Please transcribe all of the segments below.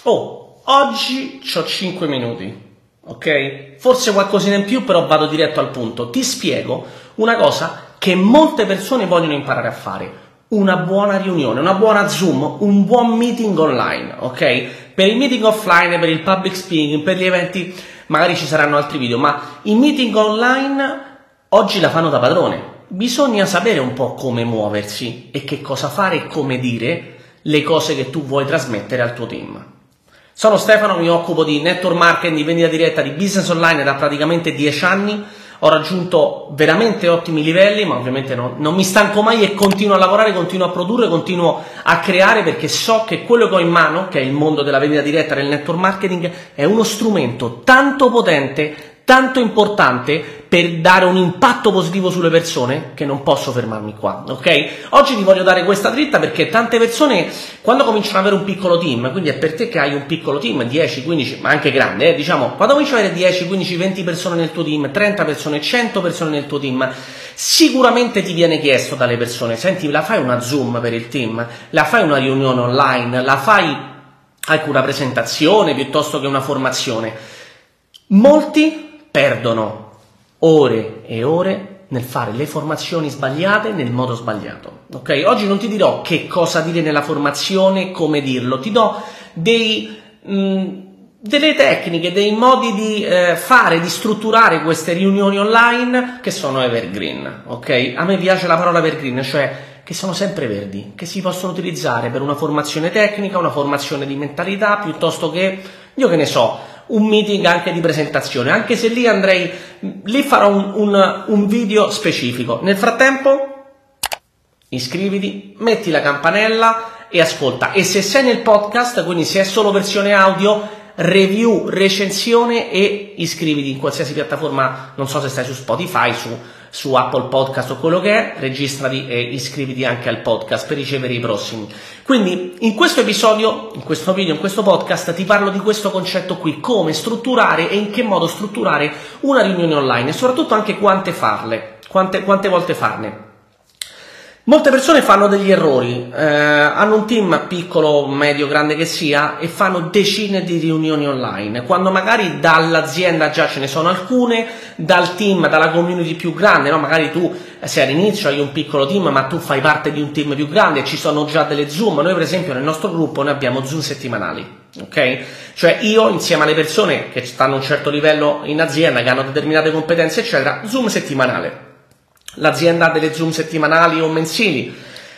Oh, oggi c'ho 5 minuti, ok? Forse qualcosina in più, però vado diretto al punto. Ti spiego una cosa che molte persone vogliono imparare a fare. Una buona riunione, una buona Zoom, un buon meeting online, ok? Per il meeting offline, per il public speaking, per gli eventi, magari ci saranno altri video, ma i meeting online oggi la fanno da padrone. Bisogna sapere un po' come muoversi e che cosa fare e come dire le cose che tu vuoi trasmettere al tuo team. Sono Stefano, mi occupo di network marketing, di vendita diretta, di business online da praticamente 10 anni. Ho raggiunto veramente ottimi livelli, ma ovviamente non mi stanco mai e continuo a lavorare, continuo a produrre, continuo a creare, perché so che quello che ho in mano, che è il mondo della vendita diretta, del network marketing, è uno strumento tanto potente, tanto importante per dare un impatto positivo sulle persone, che non posso fermarmi qua, ok? Oggi ti voglio dare questa dritta perché tante persone, quando cominciano ad avere un piccolo team, quindi è per te che hai un piccolo team, 10, 15, ma anche grande, diciamo, quando cominci ad avere 10, 15, 20 persone nel tuo team, 30 persone, 100 persone nel tuo team, sicuramente ti viene chiesto dalle persone: senti, la fai una Zoom per il team? La fai una riunione online? La fai anche una presentazione piuttosto che una formazione? Molti perdono ore e ore nel fare le formazioni sbagliate nel modo sbagliato, ok? Oggi non ti dirò che cosa dire nella formazione, come dirlo, ti do delle tecniche, dei modi di fare, di strutturare queste riunioni online che sono evergreen, ok? A me piace la parola evergreen, cioè che sono sempre verdi, che si possono utilizzare per una formazione tecnica, una formazione di mentalità, piuttosto che, io che ne so, un meeting anche di presentazione, anche se lì farò un video specifico. Nel frattempo iscriviti, metti la campanella e ascolta. E se sei nel podcast, quindi se è solo versione audio, review, recensione e iscriviti in qualsiasi piattaforma. Non so se stai su Spotify, su Apple Podcast o quello che è, registrati e iscriviti anche al podcast per ricevere i prossimi. Quindi in questo episodio, in questo video, in questo podcast ti parlo di questo concetto qui: come strutturare e in che modo strutturare una riunione online e soprattutto anche quante volte farne. Molte persone fanno degli errori, hanno un team piccolo, medio, grande che sia, e fanno decine di riunioni online, quando magari dall'azienda già ce ne sono alcune, dal team, dalla community più grande, no? Magari tu sei all'inizio, hai un piccolo team, ma tu fai parte di un team più grande e ci sono già delle Zoom. Noi per esempio nel nostro gruppo noi abbiamo Zoom settimanali, ok? Cioè io insieme alle persone che stanno a un certo livello in azienda, che hanno determinate competenze eccetera, Zoom settimanale. L'azienda ha delle Zoom settimanali o mensili.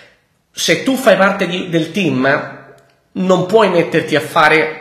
Se tu fai parte del team, non puoi metterti a fare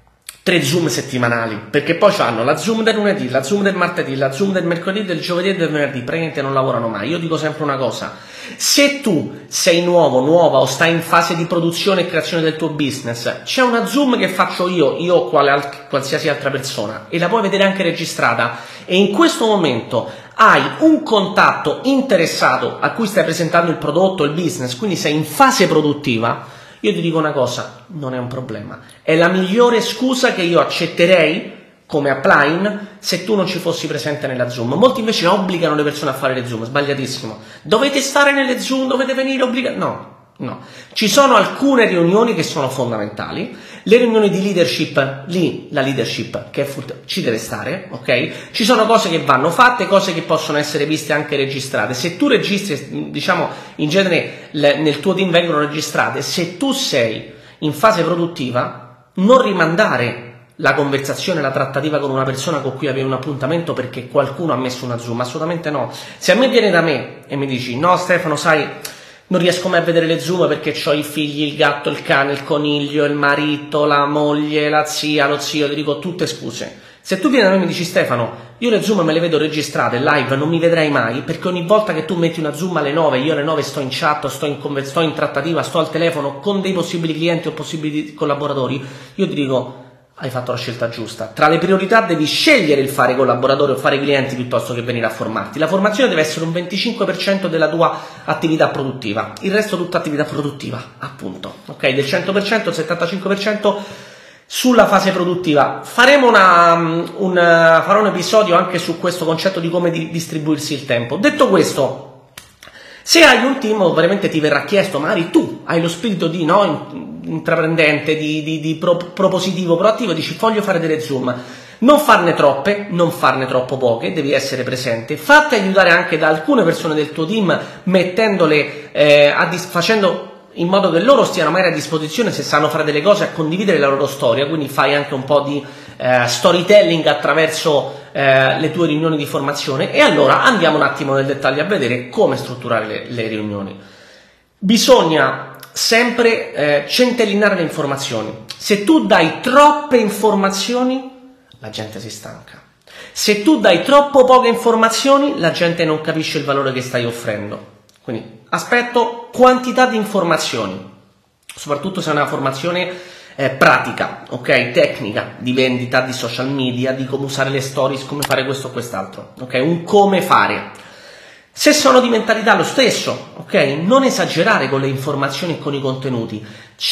3 Zoom settimanali, perché poi hanno la Zoom del lunedì, la Zoom del martedì, la Zoom del mercoledì, del giovedì e del venerdì. Praticamente non lavorano mai. Io dico sempre una cosa: se tu sei nuova o stai in fase di produzione e creazione del tuo business, c'è una Zoom che faccio io o qualsiasi altra persona, e la puoi vedere anche registrata, e in questo momento hai un contatto interessato a cui stai presentando il prodotto, il business, quindi sei in fase produttiva. Io ti dico una cosa: non è un problema, è la migliore scusa che io accetterei come upline se tu non ci fossi presente nella Zoom. Molti invece obbligano le persone a fare le Zoom, sbagliatissimo. Dovete stare nelle Zoom, dovete venire obbligati. No, ci sono alcune riunioni che sono fondamentali. Le riunioni di leadership, lì la leadership che ci deve stare, ok? Ci sono cose che vanno fatte, cose che possono essere viste anche registrate. Se tu registri, diciamo, in genere nel tuo team vengono registrate. Se tu sei in fase produttiva, non rimandare la conversazione, la trattativa con una persona con cui avevi un appuntamento perché qualcuno ha messo una Zoom, assolutamente no. Se a me viene da me e mi dici: no Stefano, sai, non riesco mai a vedere le Zoom perché ho i figli, il gatto, il cane, il coniglio, il marito, la moglie, la zia, lo zio, ti dico tutte scuse. Se tu vieni da me e mi dici: Stefano, io le Zoom me le vedo registrate, live, non mi vedrai mai, perché ogni volta che tu metti una Zoom alle 9, io alle 9 sto in chat, sto in trattativa, sto al telefono con dei possibili clienti o possibili collaboratori, io ti dico: hai fatto la scelta giusta. Tra le priorità devi scegliere il fare collaboratori o fare clienti piuttosto che venire a formarti. La formazione deve essere un 25% della tua attività produttiva, il resto tutta attività produttiva, appunto, ok? Del 100%, il 75% sulla fase produttiva. Farò un episodio anche su questo concetto di come distribuirsi il tempo. Detto questo, Se hai un team, ovviamente ti verrà chiesto, magari tu hai lo spirito di intraprendente, propositivo, proattivo, dici voglio fare delle Zoom. Non farne troppe, non farne troppo poche, devi essere presente. Fatti aiutare anche da alcune persone del tuo team, mettendole, facendo in modo che loro stiano magari a disposizione, se sanno fare delle cose, a condividere la loro storia. Quindi fai anche un po' di storytelling attraverso le tue riunioni di formazione. E allora andiamo un attimo nel dettaglio a vedere come strutturare le riunioni. Bisogna sempre centellinare le informazioni. Se tu dai troppe informazioni, la gente si stanca. Se tu dai troppo poche informazioni, la gente non capisce il valore che stai offrendo. Quindi aspetto quantità di informazioni, soprattutto se è una formazione pratica, ok? Tecnica, di vendita, di social media, di come usare le stories, come fare questo o quest'altro, ok? Un come fare. Se sono di mentalità lo stesso, ok? Non esagerare con le informazioni e con i contenuti.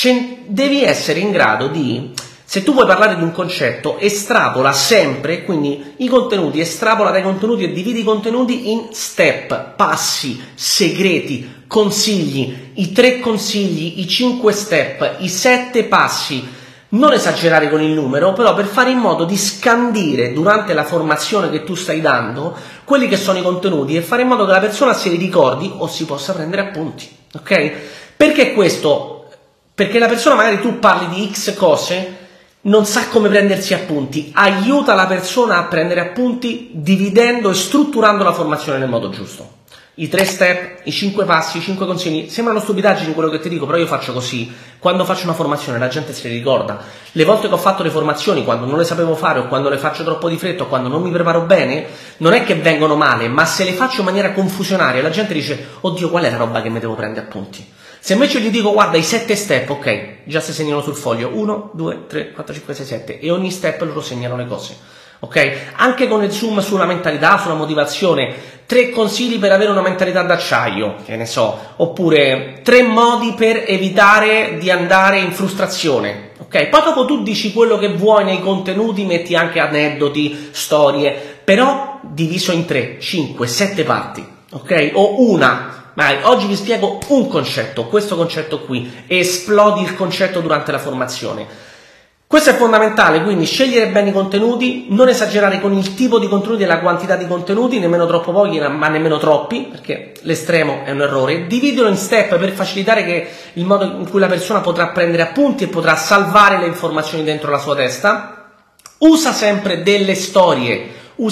Devi essere in grado di, se tu vuoi parlare di un concetto, estrapola sempre, quindi i contenuti, estrapola dai contenuti e dividi i contenuti in step, passi, segreti, consigli, i 3 consigli, i 5 step, i 7 passi. Non esagerare con il numero, però per fare in modo di scandire durante la formazione che tu stai dando quelli che sono i contenuti e fare in modo che la persona se li ricordi o si possa prendere appunti, ok? Perché questo? Perché la persona, magari tu parli di X cose, non sa come prendersi appunti. Aiuta la persona a prendere appunti dividendo e strutturando la formazione nel modo giusto. I 3 step, i 5 passi, i 5 consigli, sembrano stupidaggini quello che ti dico, però io faccio così. Quando faccio una formazione la gente se li ricorda. Le volte che ho fatto le formazioni, quando non le sapevo fare o quando le faccio troppo di fretta o quando non mi preparo bene, non è che vengono male, ma se le faccio in maniera confusionaria la gente dice, oddio, qual è la roba che mi devo prendere appunti? Se invece gli dico, guarda, i 7 step, ok, già si segnano sul foglio, 1, 2, 3, 4, 5, 6, 7, e ogni step loro segnano le cose, ok? Anche con le Zoom sulla mentalità, sulla motivazione, 3 consigli per avere una mentalità d'acciaio, che ne so, oppure 3 modi per evitare di andare in frustrazione, ok? Poi dopo tu dici quello che vuoi nei contenuti, metti anche aneddoti, storie, però diviso in 3, 5, 7 parti, ok? O una. Oggi vi spiego un concetto, questo concetto qui, e esplodi il concetto durante la formazione. Questo è fondamentale, quindi scegliere bene i contenuti, non esagerare con il tipo di contenuti e la quantità di contenuti, nemmeno troppo pochi, ma nemmeno troppi, perché l'estremo è un errore. Dividilo in step per facilitare il modo in cui la persona potrà prendere appunti e potrà salvare le informazioni dentro la sua testa. Usa sempre delle storie,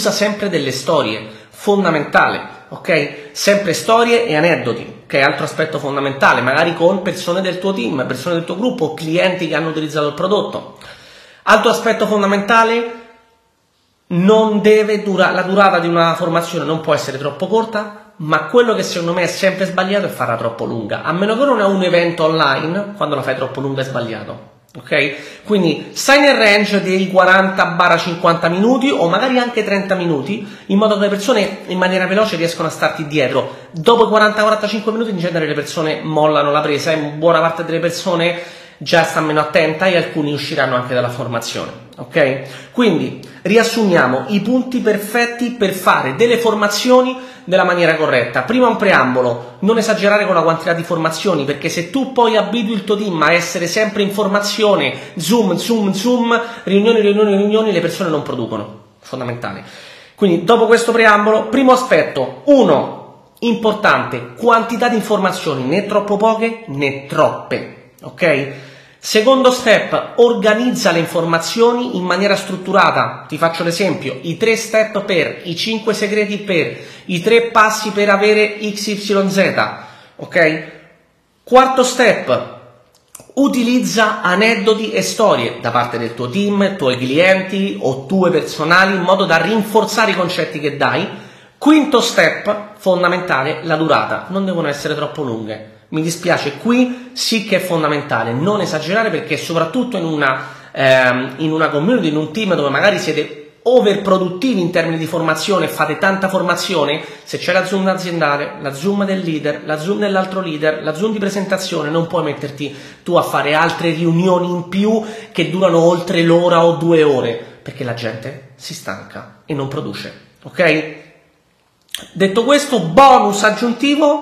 fondamentale. Ok? Sempre storie e aneddoti, che è altro aspetto fondamentale, magari con persone del tuo team, persone del tuo gruppo, clienti che hanno utilizzato il prodotto. Altro aspetto fondamentale, la durata di una formazione non può essere troppo corta, ma quello che secondo me è sempre sbagliato è farla troppo lunga, a meno che non è un evento online. Quando la fai troppo lunga è sbagliato. Ok? Quindi stai nel range dei 40-50 minuti o magari anche 30 minuti, in modo che le persone in maniera veloce riescono a starti dietro. Dopo i 40-45 minuti in genere le persone mollano la presa e buona parte delle persone già sta meno attenta e alcuni usciranno anche dalla formazione. Ok? Quindi riassumiamo i punti perfetti per fare delle formazioni nella maniera corretta. Prima un preambolo, non esagerare con la quantità di formazioni, perché se tu poi abitui il tuo team a essere sempre in formazione, Zoom, riunioni, le persone non producono. Fondamentale. Quindi dopo questo preambolo, primo aspetto, 1, importante, quantità di informazioni, né troppo poche né troppe. Ok? Secondo step, organizza le informazioni in maniera strutturata. Ti faccio l'esempio, i 3 step per, i 5 segreti per, i 3 passi per avere XYZ, ok? Quarto step, utilizza aneddoti e storie da parte del tuo team, tuoi clienti o tue personali, in modo da rinforzare i concetti che dai. Quinto step, fondamentale, la durata. Non devono essere troppo lunghe. Mi dispiace, qui sì che è fondamentale non esagerare, perché soprattutto in una community, in un team dove magari siete overproduttivi in termini di formazione, fate tanta formazione, se c'è la Zoom aziendale, la Zoom del leader, la Zoom dell'altro leader, la Zoom di presentazione, non puoi metterti tu a fare altre riunioni in più che durano oltre l'ora o 2 ore, perché la gente si stanca e non produce, ok? Detto questo, bonus aggiuntivo,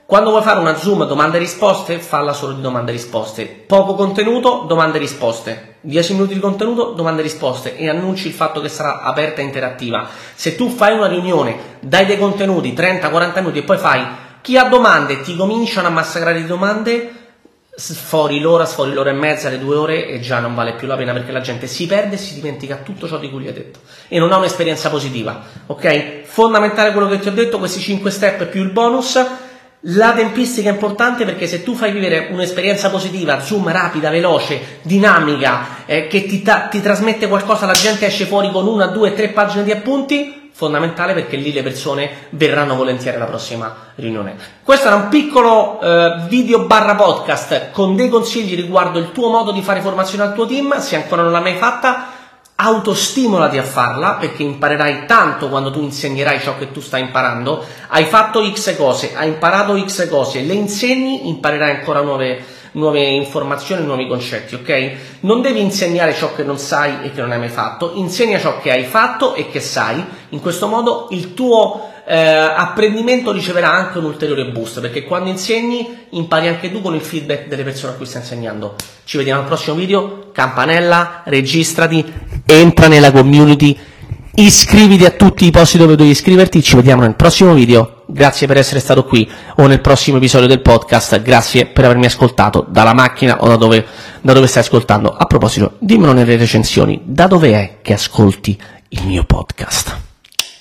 Quando vuoi fare una Zoom domande e risposte, falla solo di domande e risposte. Poco contenuto, domande e risposte. 10 minuti di contenuto, domande e risposte, e annunci il fatto che sarà aperta e interattiva. Se tu fai una riunione, dai dei contenuti 30-40 minuti e poi fai chi ha domande, ti cominciano a massacrare di domande, sfori l'ora e mezza, le 2 ore, e già non vale più la pena, perché la gente si perde e si dimentica tutto ciò di cui gli hai detto e non ha un'esperienza positiva. Ok? Fondamentale quello che ti ho detto, questi 5 step più il bonus. La tempistica è importante, perché se tu fai vivere un'esperienza positiva, Zoom rapida, veloce, dinamica, che ti trasmette qualcosa, la gente esce fuori con 1, 2, 3 pagine di appunti, fondamentale, perché lì le persone verranno volentieri alla prossima riunione. Questo era un piccolo video / podcast con dei consigli riguardo il tuo modo di fare formazione al tuo team. Se ancora non l'hai mai fatta, autostimolati a farla, perché imparerai tanto quando tu insegnerai ciò che tu stai imparando. Hai fatto X cose, hai imparato X cose, le insegni, imparerai ancora nuove informazioni, nuovi concetti, ok? Non devi insegnare ciò che non sai e che non hai mai fatto, insegna ciò che hai fatto e che sai. In questo modo il tuo apprendimento riceverà anche un ulteriore boost, perché quando insegni impari anche tu con il feedback delle persone a cui stai insegnando. Ci vediamo al prossimo video, campanella, registrati, entra nella community, iscriviti a tutti i posti dove devi iscriverti. Ci vediamo nel prossimo video, grazie per essere stato qui, o nel prossimo episodio del podcast, grazie per avermi ascoltato dalla macchina o da dove stai ascoltando. A proposito, dimmelo nelle recensioni, da dove è che ascolti il mio podcast?